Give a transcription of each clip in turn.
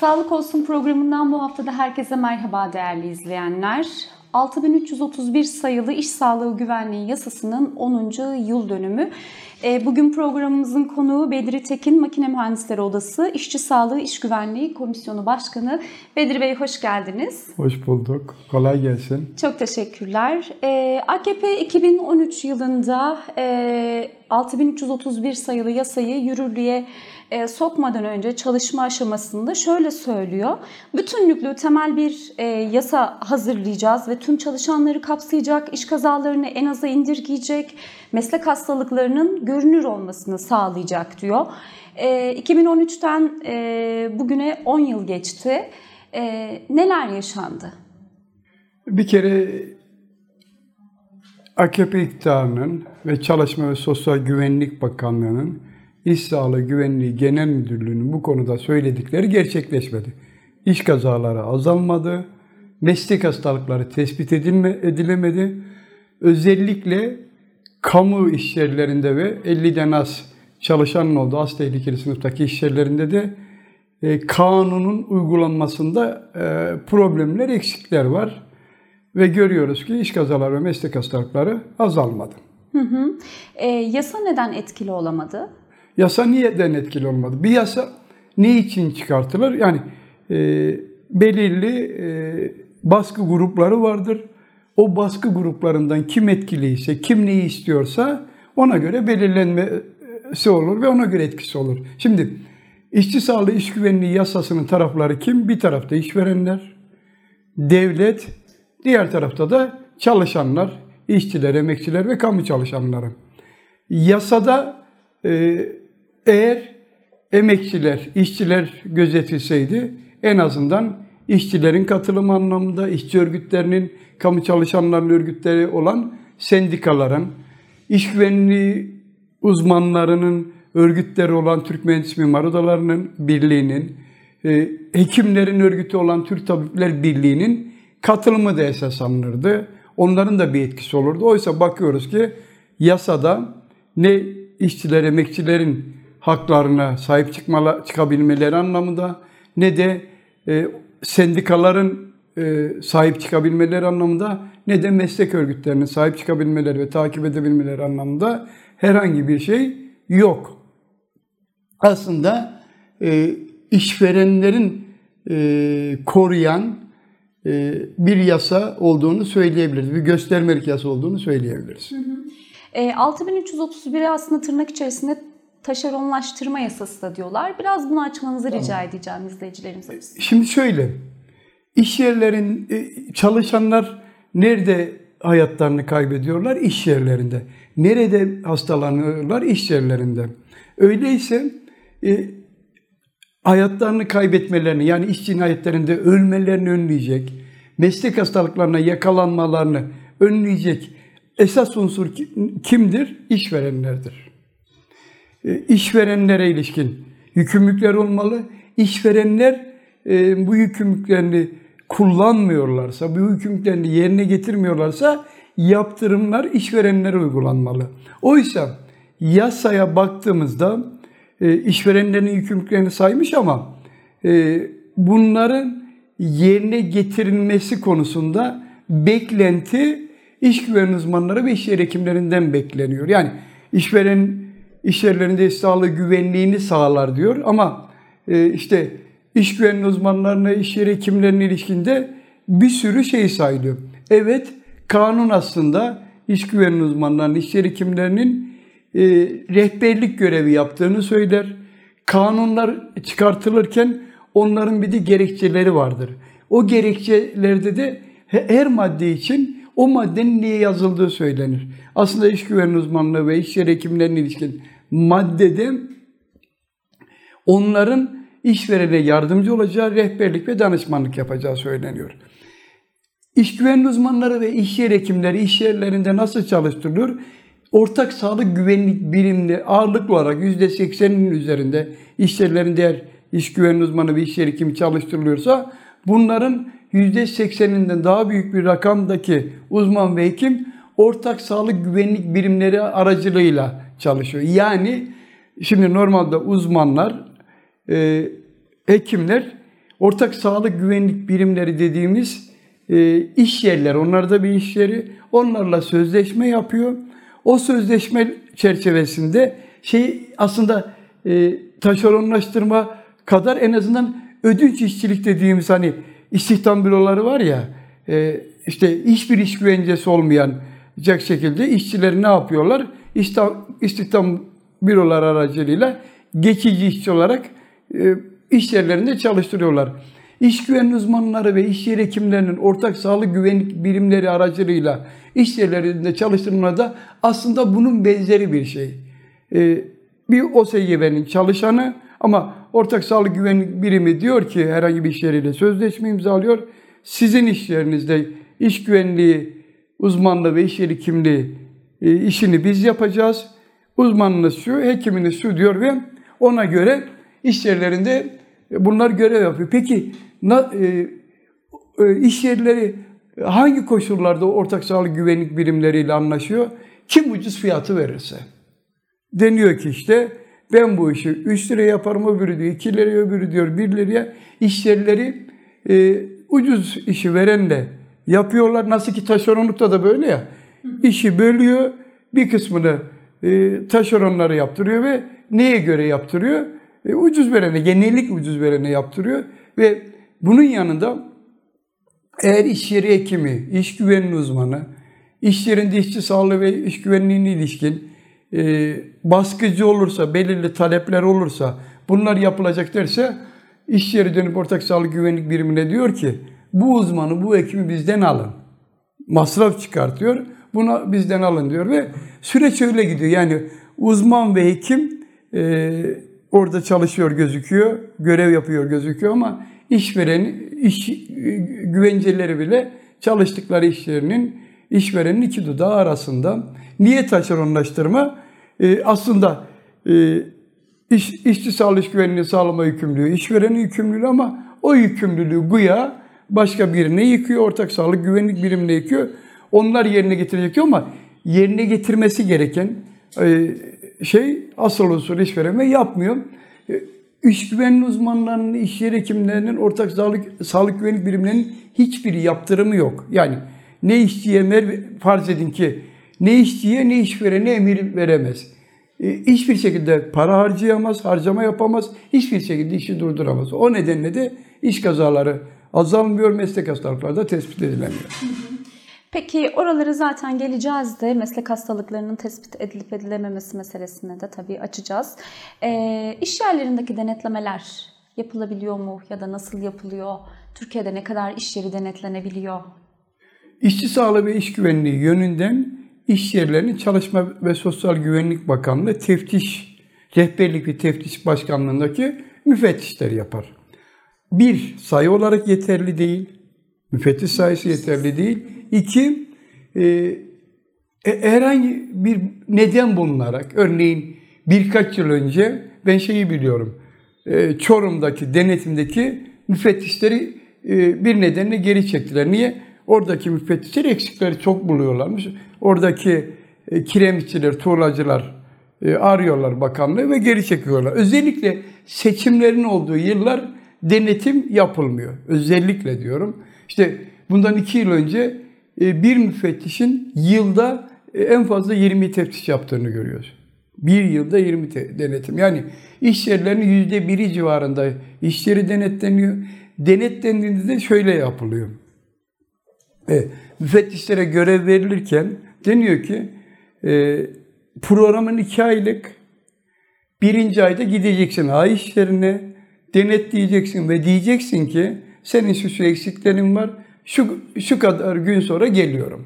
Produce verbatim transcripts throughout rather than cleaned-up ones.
Sağlık Olsun programından bu haftada herkese merhaba değerli izleyenler. altı bin üç yüz otuz bir sayılı İş Sağlığı Güvenliği Yasası'nın onuncu yıl dönümü. Bugün programımızın konuğu Bedri Tekin, Makine Mühendisleri Odası İşçi Sağlığı İş Güvenliği Komisyonu Başkanı. Bedri Bey hoş geldiniz. Hoş bulduk. Kolay gelsin. Çok teşekkürler. A K P iki bin on üç yılında altı bin üç yüz otuz bir sayılı yasayı yürürlüğe sokmadan önce çalışma aşamasında şöyle söylüyor. Bütünlüklü temel bir e, yasa hazırlayacağız ve tüm çalışanları kapsayacak, iş kazalarını en aza indirgeyecek, meslek hastalıklarının görünür olmasını sağlayacak diyor. E, iki bin on üçten e, bugüne on yıl geçti. E, neler yaşandı? Bir kere A K P iktidarının ve Çalışma ve Sosyal Güvenlik Bakanlığı'nın İş Sağlığı Güvenliği Genel Müdürlüğü'nün bu konuda söyledikleri gerçekleşmedi. İş kazaları azalmadı, meslek hastalıkları tespit edilme, edilemedi. Özellikle kamu iş yerlerinde ve elliden az çalışanın olduğu az tehlikeli sınıftaki iş yerlerinde de e, kanunun uygulanmasında e, problemler, eksikler var. Ve görüyoruz ki iş kazaları ve meslek hastalıkları azalmadı. Hı hı. E, yasa neden etkili olamadı? Yasa niyeden etkili olmadı? Bir yasa ne için çıkartılır? Yani e, belirli e, baskı grupları vardır. O baskı gruplarından kim etkiliyse, kim neyi istiyorsa ona göre belirlenmesi olur ve ona göre etkisi olur. Şimdi İşçi Sağlığı İş Güvenliği Yasası'nın tarafları kim? Bir tarafta işverenler, devlet, diğer tarafta da çalışanlar, işçiler, emekçiler ve kamu çalışanları. Yasada e, eğer emekçiler, işçiler gözetilseydi en azından işçilerin katılım anlamında, işçi örgütlerinin, kamu çalışanların örgütleri olan sendikaların, iş güvenliği uzmanlarının örgütleri olan Türk Mühendis Mimar Odaları'nın birliğinin, e, hekimlerin örgütü olan Türk Tabipler Birliği'nin katılımı da esas alınırdı. Onların da bir etkisi olurdu. Oysa bakıyoruz ki yasada ne işçiler, emekçilerin haklarına sahip çıkmalı, çıkabilmeleri anlamında ne de e, sendikaların e, sahip çıkabilmeleri anlamında ne de meslek örgütlerinin sahip çıkabilmeleri ve takip edebilmeleri anlamında herhangi bir şey yok. Aslında e, işverenlerin e, koruyan e, bir yasa olduğunu söyleyebiliriz. Bir göstermelik yasa olduğunu söyleyebiliriz. Hı hı. E, altı bin üç yüz otuz biri aslında tırnak içerisinde taşeronlaştırma yasası da diyorlar. Biraz bunu açmanızı tamam. rica edeceğim izleyicilerimize. Şimdi şöyle, iş yerlerin çalışanlar nerede hayatlarını kaybediyorlar? İş yerlerinde. Nerede hastalanıyorlar? İş yerlerinde. Öyleyse e, hayatlarını kaybetmelerini, yani iş cinayetlerinde ölmelerini önleyecek, meslek hastalıklarına yakalanmalarını önleyecek esas unsur kimdir? İşverenlerdir. E, işverenlere ilişkin yükümlülükler olmalı. İşverenler e, bu yükümlülüklerini kullanmıyorlarsa, bu yükümlülüklerini yerine getirmiyorlarsa yaptırımlar işverenlere uygulanmalı. Oysa yasaya baktığımızda e, işverenlerin yükümlülüklerini saymış ama e, bunların yerine getirilmesi konusunda beklenti İş güvenliği uzmanları ve iş yer hekimlerinden bekleniyor. Yani işveren iş yerlerinde iş sağlığı güvenliğini sağlar diyor ama e, işte iş güvenliği uzmanlarına, iş yer hekimlerine ilişkinde bir sürü şey sayılıyor. Evet, kanun aslında iş güvenliği uzmanlarının, iş yer hekimlerinin e, rehberlik görevi yaptığını söyler. Kanunlar çıkartılırken onların bir de gerekçeleri vardır. O gerekçelerde de her madde için o maddenin niye yazıldığı söylenir. Aslında iş güvenliği uzmanlığı ve iş yer hekimlerine ilişkin maddede onların işverene yardımcı olacağı, rehberlik ve danışmanlık yapacağı söyleniyor. İş güvenliği uzmanları ve iş yer hekimleri iş yerlerinde nasıl çalıştırılıyor? Ortak sağlık güvenlik birimli ağırlıklı olarak yüzde sekseninin üzerinde iş yerlerinde eğer iş güvenliği uzmanı ve iş yer hekimi çalıştırılıyorsa bunların yüzde sekseninden daha büyük bir rakamdaki uzman ve hekim ortak sağlık güvenlik birimleri aracılığıyla çalışıyor. Yani şimdi normalde uzmanlar, e, hekimler ortak sağlık güvenlik birimleri dediğimiz e, iş yerleri, onlar da bir iş yeri, onlarla sözleşme yapıyor. O sözleşme çerçevesinde şey aslında e, taşeronlaştırma kadar en azından ödünç işçilik dediğimiz hani istihdam büroları var ya, e, işte hiçbir iş güvencesi olmayacak şekilde işçileri ne yapıyorlar? İstihdam, istihdam büroları aracılığıyla geçici işçi olarak e, iş yerlerinde çalıştırıyorlar. İş güvenliği uzmanları ve iş yeri hekimlerinin ortak sağlık güvenlik birimleri aracılığıyla iş yerlerinde çalıştırılmada aslında bunun benzeri bir şey. E, bir O S G B'nin çalışanı ama ortak sağlık güvenlik birimi diyor ki herhangi bir iş yeriyle sözleşme imzalıyor. Sizin iş yerinizde iş güvenliği uzmanlığı ve iş yeri kimliği e, işini biz yapacağız. Uzmanınız şu, hekiminiz şu diyor ve ona göre iş yerlerinde bunlar görev yapıyor. Peki na, e, e, iş yerleri hangi koşullarda ortak sağlık güvenlik birimleriyle anlaşıyor? Kim ucuz fiyatı verirse. Deniyor ki işte ben bu işi üç liraya yaparım, öbürü diyor iki liraya, öbürü diyor bir liraya. İş yerleri e, ucuz işi verenle yapıyorlar. Nasıl ki taşeronlukta da böyle ya. İşi bölüyor, bir kısmını e, taşeronları yaptırıyor ve neye göre yaptırıyor? E, ucuz verene, genellikle ucuz verene yaptırıyor. Ve bunun yanında eğer iş yeri hekimi, iş güvenliği uzmanı, iş yerinde işçi sağlığı ve iş güvenliğine ilişkin e, baskıcı olursa, belirli talepler olursa, bunlar yapılacak derse iş yeri dönüp ortak sağlık güvenlik birimine diyor ki bu uzmanı, bu hekimi bizden alın. Masraf çıkartıyor. Bunu bizden alın diyor ve süreç öyle gidiyor. Yani uzman ve hekim e, orada çalışıyor gözüküyor, görev yapıyor gözüküyor ama işveren, iş güvenceleri bile çalıştıkları işlerinin, işverenin iki dudağı arasında. Niye taşeronlaştırma? E, aslında e, iş, işçi sağlık iş güvenliğini sağlama yükümlülüğü, işverenin yükümlülüğü ama o yükümlülüğü güya başka birine yıkıyor, ortak sağlık güvenlik birimine yıkıyor. Onlar yerine getirecek ama yerine getirmesi gereken e, şey asıl usul işveren ve yapmıyor. E, iş güvenliği uzmanlarının, iş yeri hekimlerinin, ortak sağlık, sağlık güvenlik birimlerinin hiçbiri yaptırımı yok. Yani ne işçiye emir, farz edin ki ne işçiye ne işverene emir veremez. E, hiçbir şekilde para harcayamaz, harcama yapamaz, hiçbir şekilde işi durduramaz. O nedenle de iş kazaları azalmıyor, meslek hastalıkları da tespit edilemiyor. Peki oraları zaten geleceğiz de meslek hastalıklarının tespit edilip edilememesi meselesine de tabii açacağız. E, iş yerlerindeki denetlemeler yapılabiliyor mu ya da nasıl yapılıyor? Türkiye'de ne kadar iş yeri denetlenebiliyor? İşçi sağlığı ve iş güvenliği yönünden iş yerlerinin Çalışma ve Sosyal Güvenlik Bakanlığı teftiş, rehberlik ve teftiş başkanlığındaki müfettişler yapar. Bir, sayı olarak yeterli değil. Müfettiş sayısı yeterli değil. İki, e, herhangi bir neden bulunarak, örneğin birkaç yıl önce ben şeyi biliyorum, e, Çorum'daki denetimdeki müfettişleri e, bir nedenle geri çektiler. Niye? Oradaki müfettişler eksikleri çok buluyorlarmış. Oradaki e, kiremitçiler, tuğlacılar e, arıyorlar bakanlığı ve geri çekiyorlar. Özellikle seçimlerin olduğu yıllar denetim yapılmıyor. Özellikle diyorum. İşte bundan iki yıl önce e, bir müfettişin yılda e, en fazla yirmi teftiş yaptığını görüyoruz. Bir yılda yirmi te- denetim. Yani iş yerlerinin yüzde biri civarında iş yeri denetleniyor. Denetlendiğinde de şöyle yapılıyor. E, müfettişlere görev verilirken deniyor ki e, programın iki aylık, birinci ayda gideceksin A iş yerine, denetleyeceksin ve diyeceksin ki senin şu şu eksiklerin var, şu, şu kadar gün sonra geliyorum.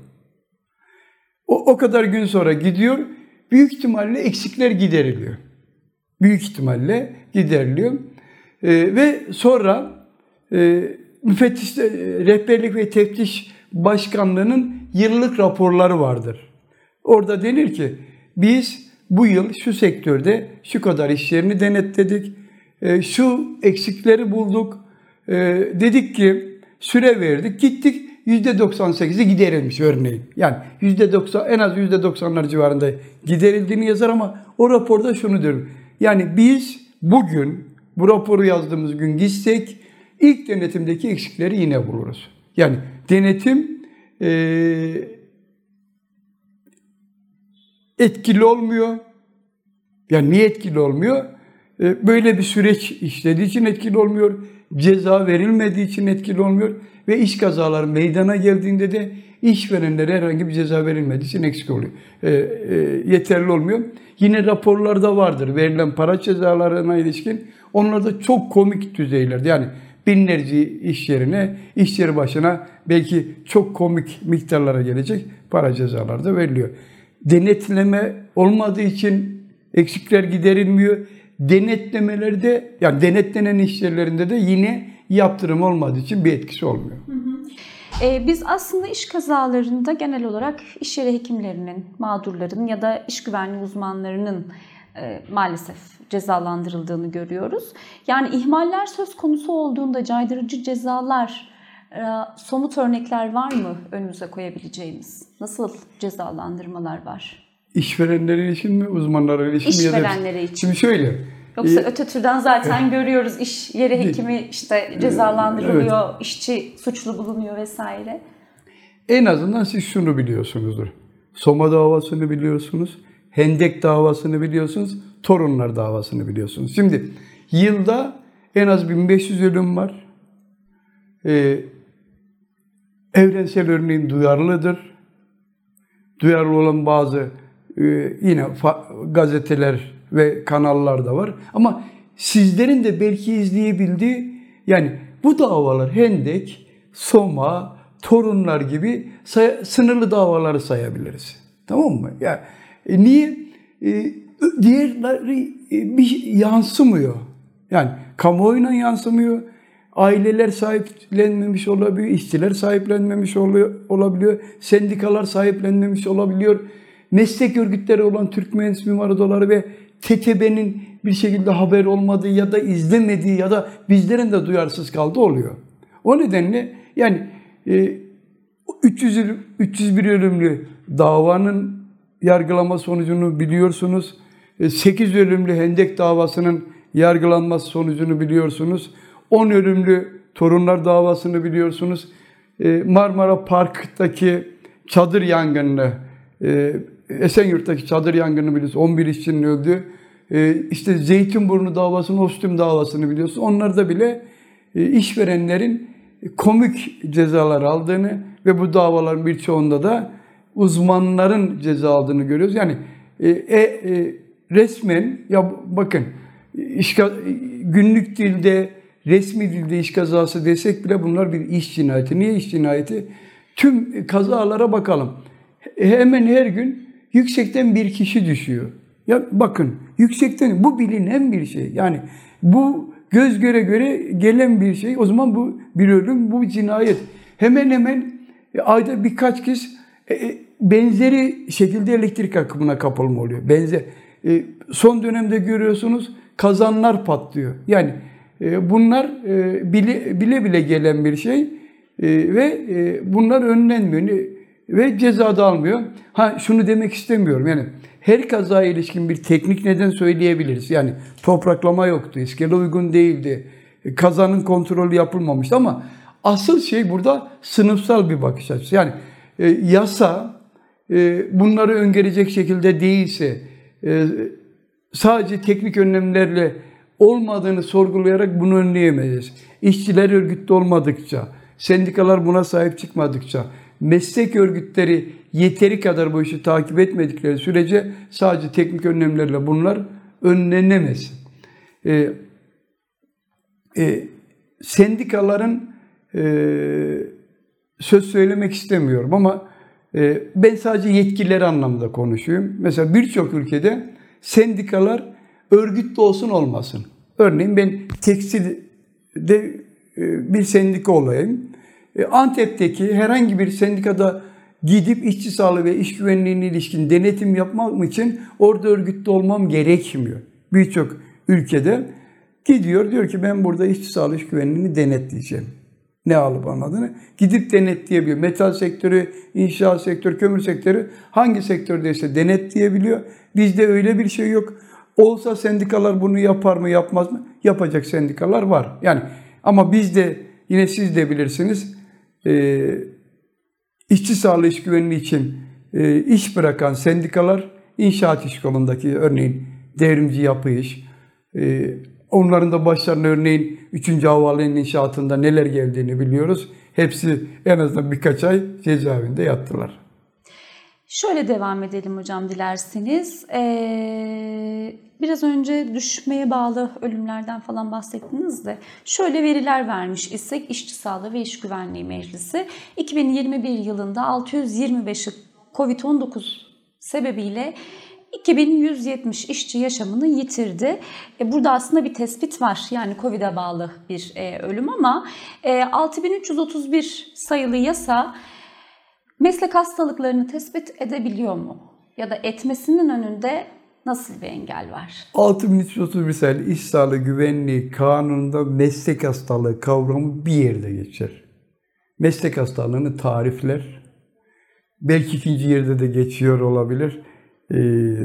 O, o kadar gün sonra gidiyor, büyük ihtimalle eksikler gideriliyor. Büyük ihtimalle gideriliyor. E, ve sonra e, müfettiş, e, rehberlik ve teftiş başkanlığının yıllık raporları vardır. Orada denir ki biz bu yıl şu sektörde şu kadar iş yerini denetledik, e, şu eksikleri bulduk, e, dedik ki süre verdik, gittik yüzde doksan sekizi giderilmiş örneğin. Yani yüzde doksan, en az yüzde doksanlar civarında giderildiğini yazar ama o raporda şunu diyorum. Yani biz bugün bu raporu yazdığımız gün gitsek İlk denetimdeki eksikleri yine buluruz. Yani denetim e, etkili olmuyor. Yani niye etkili olmuyor? E, böyle bir süreç işlediği için etkili olmuyor. Ceza verilmediği için etkili olmuyor. Ve iş kazaları meydana geldiğinde de işverenlere herhangi bir ceza verilmediği için eksik oluyor. E, e, yeterli olmuyor. Yine raporlarda vardır verilen para cezalarına ilişkin. Onlar da çok komik düzeylerde. Yani binlerce iş yerine, iş yeri başına belki çok komik miktarlara gelecek para cezaları da veriliyor. Denetleme olmadığı için eksikler giderilmiyor. Denetlemelerde, yani denetlenen iş yerlerinde de yine yaptırım olmadığı için bir etkisi olmuyor. Hı hı. Ee, biz aslında iş kazalarında genel olarak iş yeri hekimlerinin, mağdurların ya da iş güvenliği uzmanlarının e, maalesef cezalandırıldığını görüyoruz. Yani ihmaller söz konusu olduğunda caydırıcı cezalar, e, somut örnekler var mı önümüze koyabileceğimiz? Nasıl cezalandırmalar var? İşverenlere ilişkin mi, uzmanlara ilişkin mi? İşverenlere için. Şimdi şöyle. Yoksa e, öte türden zaten e, görüyoruz iş yeri hekimi işte cezalandırılıyor, evet. işçi suçlu bulunuyor vesaire. En azından siz şunu biliyorsunuzdur. Soma davasını biliyorsunuz, Hendek davasını biliyorsunuz, Torunlar davasını biliyorsunuz. Şimdi yılda en az bin beş yüz ölüm var. Ee, evrensel örneğin duyarlıdır. Duyarlı olan bazı e, yine fa- gazeteler ve kanallar da var. Ama sizlerin de belki izleyebildiği, yani bu davalar Hendek, Soma, Torunlar gibi say- sınırlı davaları sayabiliriz. Tamam mı? Ya e, niye? E, diğerleri e, bir yansımıyor. Yani kamuoyuna yansımıyor. Aileler sahiplenmemiş olabiliyor, işçiler sahiplenmemiş oluyor, olabiliyor, sendikalar sahiplenmemiş olabiliyor. Meslek örgütleri olan Türk Mühendis Mimar Odaları ve T T B'nin bir şekilde haber olmadığı ya da izlemediği ya da bizlerin de duyarsız kaldığı oluyor. O nedenle yani e, üç yüz, üç yüz bir ölümlü davanın yargılama sonucunu biliyorsunuz. E, sekiz ölümlü Hendek davasının yargılanması sonucunu biliyorsunuz. on ölümlü Torunlar davasını biliyorsunuz. E, Marmara Park'taki çadır yangınını, e, Esenyurt'taki çadır yangını biliyorsunuz. on bir işçinin öldüğü. E, işte Zeytinburnu davasını, Ostim davasını biliyorsunuz. Onlarda bile e, işverenlerin komik cezalar aldığını ve bu davaların birçoğunda da uzmanların ceza aldığını görüyoruz. Yani e, e, resmen ya bakın iş, günlük dilde, resmi dilde iş kazası desek bile bunlar bir iş cinayeti. Niye iş cinayeti? Tüm kazalara bakalım. Hemen her gün yüksekten bir kişi düşüyor. Ya bakın yüksekten bu bilinen bir şey. Yani bu göz göre göre gelen bir şey. O zaman bu bir ölüm, bu cinayet. Hemen hemen ayda birkaç kez benzeri şekilde elektrik akımına kapılma oluyor. Benzer. Son dönemde görüyorsunuz kazanlar patlıyor. Yani bunlar bile bile, bile gelen bir şey ve bunlar önlenmiyor ve ceza da almıyor. Ha şunu demek istemiyorum. Yani her kazaya ilişkin bir teknik neden söyleyebiliriz. Yani topraklama yoktu, iskele uygun değildi, kazanın kontrolü yapılmamıştı ama asıl şey burada sınıfsal bir bakış açısı. Yani e, yasa e, bunları öngörecek şekilde değilse, e, sadece teknik önlemlerle olmadığını sorgulayarak bunu önleyemeyiz. İşçiler örgütlü olmadıkça, sendikalar buna sahip çıkmadıkça, meslek örgütleri yeteri kadar bu işi takip etmedikleri sürece sadece teknik önlemlerle bunlar önlenemez. Ee, e, sendikaların e, söz söylemek istemiyorum ama e, ben sadece yetkilileri anlamda konuşuyorum. Mesela birçok ülkede sendikalar örgütlü olsun olmasın. Örneğin ben tekstilde e, bir sendika olayım. Antep'teki herhangi bir sendikada gidip işçi sağlığı ve iş güvenliğine ilişkin denetim yapmam için orada örgütlü olmam gerekmiyor. Birçok ülkede gidiyor diyor ki ben burada işçi sağlığı iş güvenliğini denetleyeceğim. Ne alıp almadığını gidip denetleyebiliyor. Metal sektörü, inşaat sektörü, kömür sektörü hangi sektördeyse denetleyebiliyor. Bizde öyle bir şey yok. Olsa sendikalar bunu yapar mı yapmaz mı? Yapacak sendikalar var. Yani Ama biz de yine siz de bilirsiniz e, işçi sağlığı iş güvenliği için e, iş bırakan sendikalar inşaat iş kolundaki örneğin devrimci yapı iş, e, onların da başlarına örneğin üçüncü Havaalanı inşaatında neler geldiğini biliyoruz. Hepsi en azından birkaç ay cezaevinde yattılar. Şöyle devam edelim hocam dilerseniz. Ee, biraz önce düşmeye bağlı ölümlerden falan bahsettiniz de şöyle veriler vermiş isek İşçi Sağlığı ve İş Güvenliği Meclisi iki bin yirmi bir yılında altı yüz yirmi beşi kovid on dokuz sebebiyle iki bin yüz yetmiş işçi yaşamını yitirdi. Burada aslında bir tespit var. Yani Covid'e bağlı bir ölüm ama altı bin üç yüz otuz bir sayılı yasa meslek hastalıklarını tespit edebiliyor mu? Ya da etmesinin önünde nasıl bir engel var? altı bin üç yüz otuz bir sayılı İş Sağlığı Güvenliği Kanunu'nda meslek hastalığı kavramı bir yerde geçer. Meslek hastalığını tarifler. Belki ikinci yerde de geçiyor olabilir. Ee,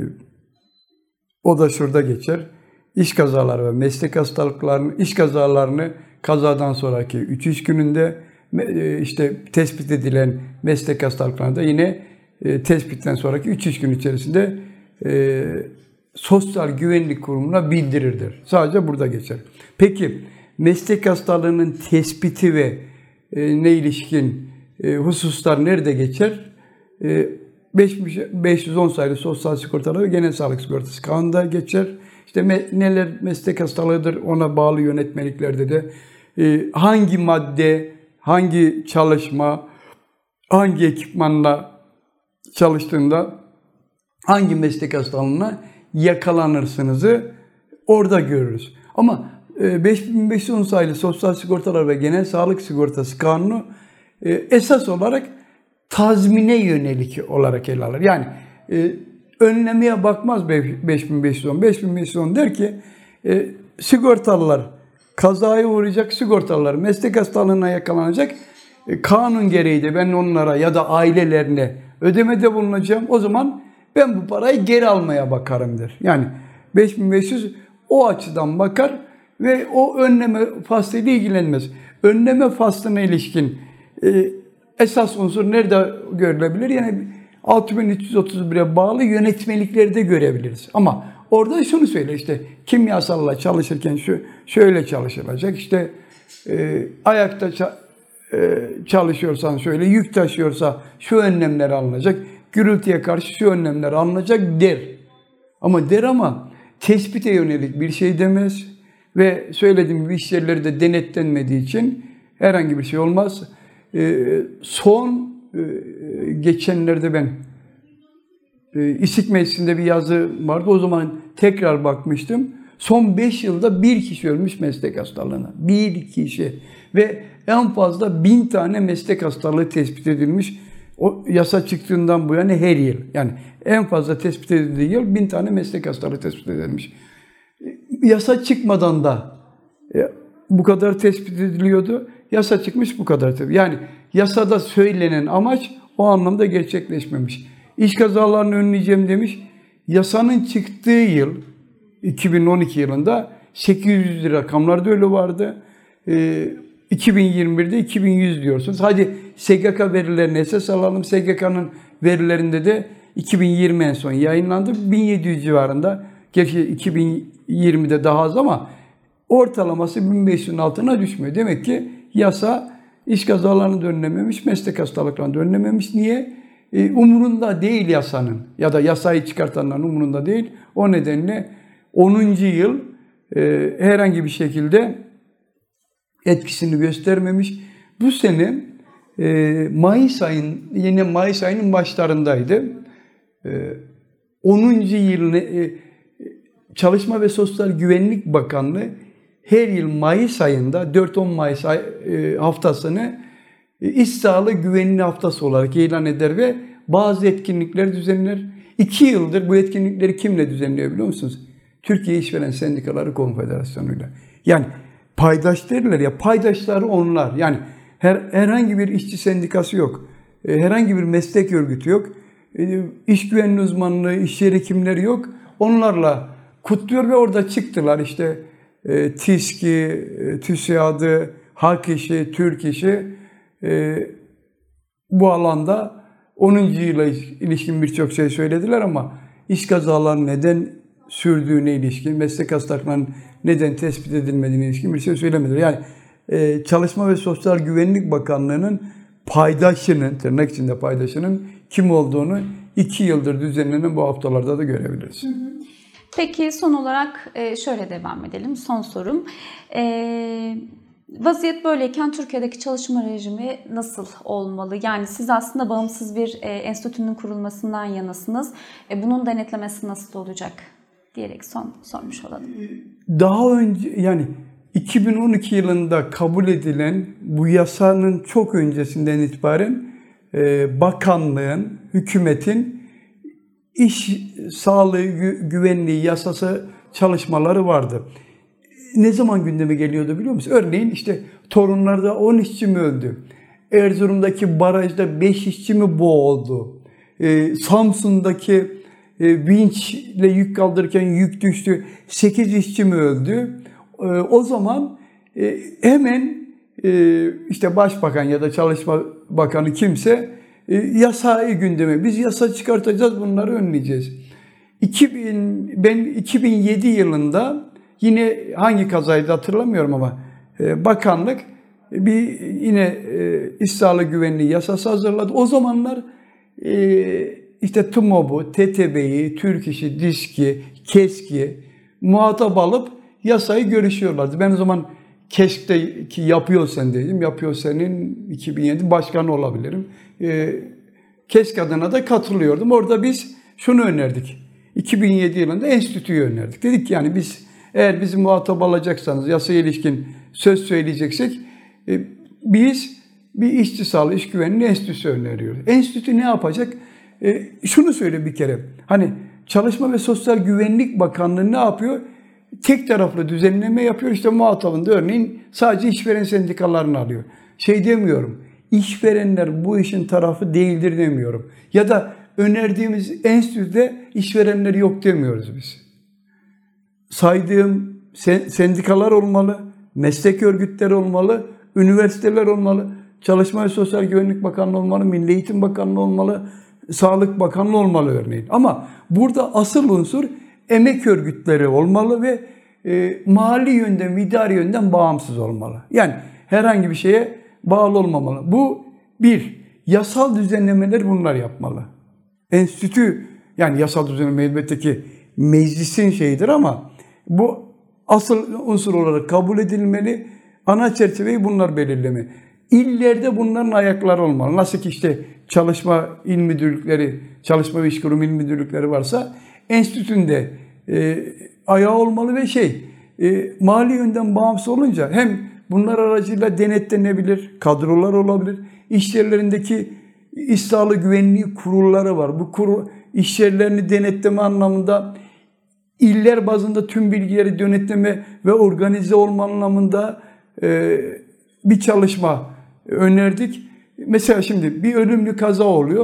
o da şurada geçer. İş kazaları ve meslek hastalıklarını, iş kazalarını kazadan sonraki üç iş gününde, işte tespit edilen meslek hastalıklarını da yine e, tespitten sonraki üç iş gün içerisinde e, Sosyal Güvenlik Kurumu'na bildirirdir. Sadece burada geçer. Peki meslek hastalığının tespiti ve e, ne ilişkin e, hususlar nerede geçer? E, beş yüz on sayılı Sosyal Sigortalar ve Genel Sağlık Sigortası Kanunu'nda geçer. İşte me, neler meslek hastalığıdır ona bağlı yönetmeliklerde de e, hangi madde, hangi çalışma, hangi ekipmanla çalıştığında hangi meslek hastalığına yakalanırsınızı orada görürüz. Ama beş bin beş yüz on sayılı Sosyal Sigortalar ve Genel Sağlık Sigortası Kanunu esas olarak tazmine yönelik olarak ele alır. Yani önlemeye bakmaz beş bin beş yüz on. beş bin beş yüz on der ki sigortalılar kazaya uğrayacak, sigortalılar meslek hastalığına yakalanacak. Kanun gereği de ben onlara ya da ailelerine ödemede bulunacağım. O zaman ben bu parayı geri almaya bakarım der. Yani beş bin beş yüz o açıdan bakar ve o önleme faslıyla ilgilenmez. Önleme faslına ilişkin e, esas unsur nerede görülebilir? Yani altı bin üç yüz otuz bire bağlı yönetmeliklerde görebiliriz. Ama orada şunu söyle işte kimyasalla çalışırken şu şöyle çalışılacak. İşte e, ayakta ça- e, çalışıyorsan şöyle, yük taşıyorsa şu önlemler alınacak. Gürültüye karşı şu önlemler alınacak der. Ama der ama tespite yönelik bir şey demez. Ve söylediğim gibi iş yerleri de denetlenmediği için herhangi bir şey olmaz. E, son e, geçenlerde ben e, İstik Meclisi'nde bir yazı vardı. O zaman tekrar bakmıştım. Son beş yılda bir kişi ölmüş meslek hastalığına. Bir kişi. Ve en fazla bin tane meslek hastalığı tespit edilmiş. O yasa çıktığından bu yana her yıl. Yani en fazla tespit edildiği yıl bin tane meslek hastalığı tespit edilmiş. Yasa çıkmadan da e, bu kadar tespit ediliyordu. Yasa çıkmış bu kadar tabii. Yani yasada söylenen amaç o anlamda gerçekleşmemiş. İş kazalarını önleyeceğim demiş. Yasanın çıktığı yıl iki bin on iki yılında sekiz yüz rakamlarda öyle vardı. E, iki bin yirmi birde iki bin yüz diyorsunuz. Hadi S G K verilerini esas alalım. S G K'nın verilerinde de iki bin yirmi en son yayınlandı. bin yedi yüz civarında. Gerçi iki bin yirmide daha az ama ortalaması bin beş yüzün altına düşmüyor. Demek ki yasa iş kazalarını da önlememiş, meslek hastalıklarını da önlememiş. Niye? E, umurunda değil yasanın ya da yasayı çıkartanların umurunda değil. O nedenle onuncu yıl e, herhangi bir şekilde etkisini göstermemiş. Bu sene e, Mayıs ayın yine Mayıs ayının başlarındaydı. E, onuncu yıl e, Çalışma ve Sosyal Güvenlik Bakanlığı her yıl Mayıs ayında dört on Mayıs ay, e, haftasını e, İş Sağlığı Güvenliği Haftası olarak ilan eder ve bazı etkinlikler düzenler. İki yıldır bu etkinlikleri kimle düzenliyor biliyor musunuz? Türkiye İşveren Sendikaları Konfederasyonu'yla. Yani paydaş derler ya, paydaşları onlar. Yani her, herhangi bir işçi sendikası yok. E, herhangi bir meslek örgütü yok. E, iş güvenliği uzmanlığı, iş yeri hekimleri yok. Onlarla kutluyor ve orada çıktılar işte e, TİSKİ, e, TÜSİAD'ı, Hak İşi, Türk İşi e, bu alanda onuncu yıla ilişkin birçok şey söylediler ama iş kazalarının neden sürdüğüne ilişkin, meslek hastalıklarının neden tespit edilmediğine ilişkin bir şey söylemediler. Yani e, Çalışma ve Sosyal Güvenlik Bakanlığı'nın paydaşının, tırnak içinde paydaşının kim olduğunu iki yıldır düzenlenen bu haftalarda da görebiliriz. Hı hı. Peki son olarak şöyle devam edelim. Son sorum. Ee, vaziyet böyleyken Türkiye'deki çalışma rejimi nasıl olmalı? Yani siz aslında bağımsız bir e, enstitünün kurulmasından yanasınız. E, bunun denetlemesi nasıl olacak diyerek son sormuş olalım. Daha önce yani iki bin on iki yılında kabul edilen bu yasanın çok öncesinden itibaren e, bakanlığın, hükümetin İş sağlığı, gü- güvenliği yasası çalışmaları vardı. Ne zaman gündeme geliyordu biliyor musun? Örneğin işte Torunlar'da on işçi mi öldü? Erzurum'daki barajda beş işçi mi boğuldu? Ee, Samsun'daki e, vinçle yük kaldırırken yük düştü. sekiz işçi mi öldü? Ee, o zaman e, hemen e, işte Başbakan ya da Çalışma Bakanı kimse yasayı gündeme. Biz yasa çıkartacağız, bunları önleyeceğiz. iki bin, ben iki bin yedi yılında yine hangi kazaydı hatırlamıyorum ama bakanlık bir yine iş sağlığı güvenliği yasası hazırladı. O zamanlar işte TMOB'u, T T B'yi, Türk İşi, DİSKİ, KESKİ muhatap alıp yasayı görüşüyorlardı. Ben o zaman KESK'teki yapıyor sen dedim. Yapıyor senin iki bin yedi başkanı olabilirim. KESK adına da katılıyordum. Orada biz şunu önerdik. iki bin yedi yılında enstitüyü önerdik. Dedik ki yani biz eğer bizi muhatap alacaksanız, yasaya ilişkin söz söyleyeceksek biz bir işçi sağlığı, iş güvenliği enstitüsü öneriyoruz. Enstitü ne yapacak? E, şunu söyle bir kere. Hani Çalışma ve Sosyal Güvenlik Bakanlığı ne yapıyor? Tek taraflı düzenleme yapıyor. İşte muhatabında örneğin sadece işveren sendikalarını alıyor. Şey demiyorum. İşverenler bu işin tarafı değildir demiyorum. Ya da önerdiğimiz enstitüde işverenler yok demiyoruz biz. Saydığım sendikalar olmalı, meslek örgütleri olmalı, üniversiteler olmalı, Çalışma ve Sosyal Güvenlik Bakanlığı olmalı, Milli Eğitim Bakanlığı olmalı, Sağlık Bakanlığı olmalı örneğin. Ama burada asıl unsur emek örgütleri olmalı ve e, mali yönden, idari yönden bağımsız olmalı. Yani herhangi bir şeye bağlı olmamalı. Bu bir, yasal düzenlemeler bunlar yapmalı. Enstitü, yani yasal düzenleme elbette ki meclisin şeyidir ama bu asıl unsur olarak kabul edilmeli. Ana çerçeveyi bunlar belirleme. İllerde bunların ayakları olmalı. Nasıl ki işte çalışma il müdürlükleri, çalışma ve iş kurumu il müdürlükleri varsa enstitünde e, ayağı olmalı ve şey e, mali yönden bağımsız olunca hem bunlar aracıyla denetlenebilir, kadrolar olabilir. İş yerlerindeki iş sağlığı güvenliği kurulları var. Bu kurul iş yerlerini denetleme anlamında iller bazında tüm bilgileri denetleme ve organize olma anlamında e, bir çalışma önerdik. Mesela şimdi bir ölümlü kaza oluyor.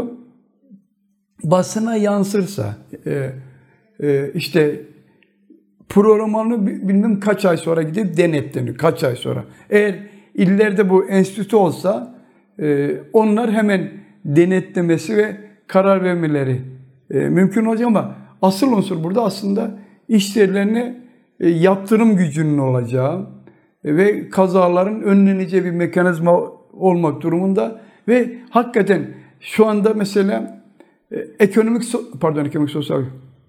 Basına yansırsa e, e, işte programını bilmem kaç ay sonra gidip denetlenir. Kaç ay sonra. Eğer illerde bu enstitü olsa e, onlar hemen denetlemesi ve karar vermeleri e, mümkün olacak ama asıl unsur burada aslında iş yerlerine e, yaptırım gücünün olacağı e, ve kazaların önleneceği bir mekanizma olmak durumunda ve hakikaten şu anda mesela e, ekonomik pardon ekonomik sosyal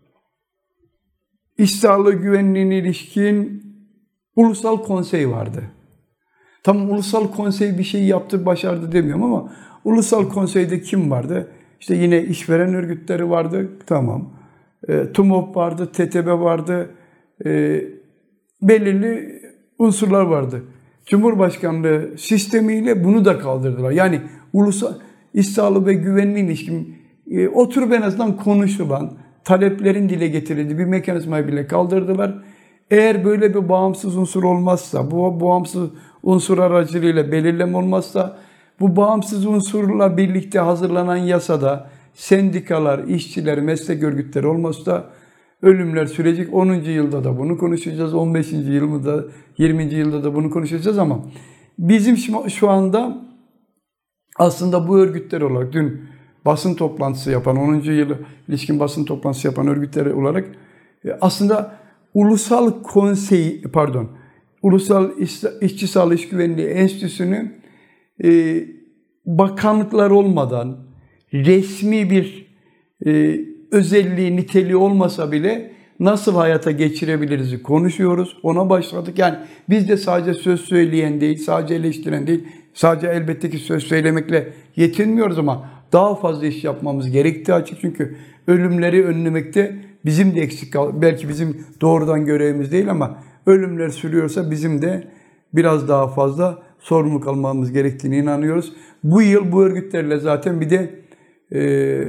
İş sağlığı güvenliğine ilişkin ulusal konsey vardı. Tamam, ulusal konsey bir şey yaptı, başardı demiyorum ama ulusal konseyde kim vardı? İşte yine işveren örgütleri vardı, tamam. E, TMOB vardı, T T B vardı, e, belirli unsurlar vardı. Cumhurbaşkanlığı sistemiyle bunu da kaldırdılar. Yani ulusal iş sağlığı ve güvenliğine ilişkin e, oturup en azından konuşulan, taleplerin dile getirildiği bir mekanizmayı bile kaldırdılar. Eğer böyle bir bağımsız unsur olmazsa, bu bağımsız unsur aracılığıyla belirleme olmazsa, bu bağımsız unsurla birlikte hazırlanan yasada sendikalar, işçiler, meslek örgütleri olmazsa Ölümler sürecek. onuncu yılda da bunu konuşacağız. on beşinci yılda, yirminci yılda da bunu konuşacağız ama bizim şu anda aslında bu örgütler olarak dün basın toplantısı yapan, onuncu yılı ilişkin basın toplantısı yapan örgütler olarak aslında Ulusal Konsey, pardon, Ulusal İşçi Sağlığı İş Güvenliği Enstitüsü'nü e, bakanlıklar olmadan resmi bir e, özelliği, niteliği olmasa bile nasıl hayata geçirebiliriz konuşuyoruz. Ona başladık. Yani biz de sadece söz söyleyen değil, sadece eleştiren değil, sadece elbette ki söz söylemekle yetinmiyoruz ama daha fazla iş yapmamız gerektiği açık. Çünkü ölümleri önlemekte bizim de eksik kal. Belki bizim doğrudan görevimiz değil ama ölümler sürüyorsa bizim de biraz daha fazla sorumluluk almamız gerektiğine inanıyoruz. Bu yıl bu örgütlerle zaten bir de e,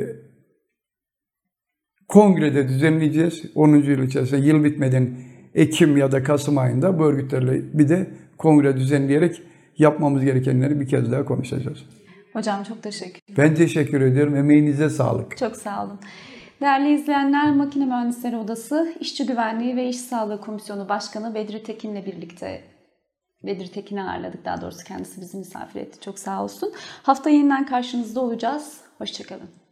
kongrede düzenleyeceğiz. onuncu yıl içerisinde yıl bitmeden Ekim ya da Kasım ayında bu örgütlerle bir de kongre düzenleyerek yapmamız gerekenleri bir kez daha konuşacağız. Hocam çok teşekkür ederim. Ben teşekkür ediyorum. Emeğinize sağlık. Çok sağ olun. Değerli izleyenler, Makine Mühendisleri Odası İşçi Güvenliği ve İş Sağlığı Komisyonu Başkanı Bedri Tekin'le birlikte Bedri Tekin'i ağırladık. Daha doğrusu kendisi bizi misafir etti. Çok sağ olsun. Hafta yeniden karşınızda olacağız. Hoşça kalın.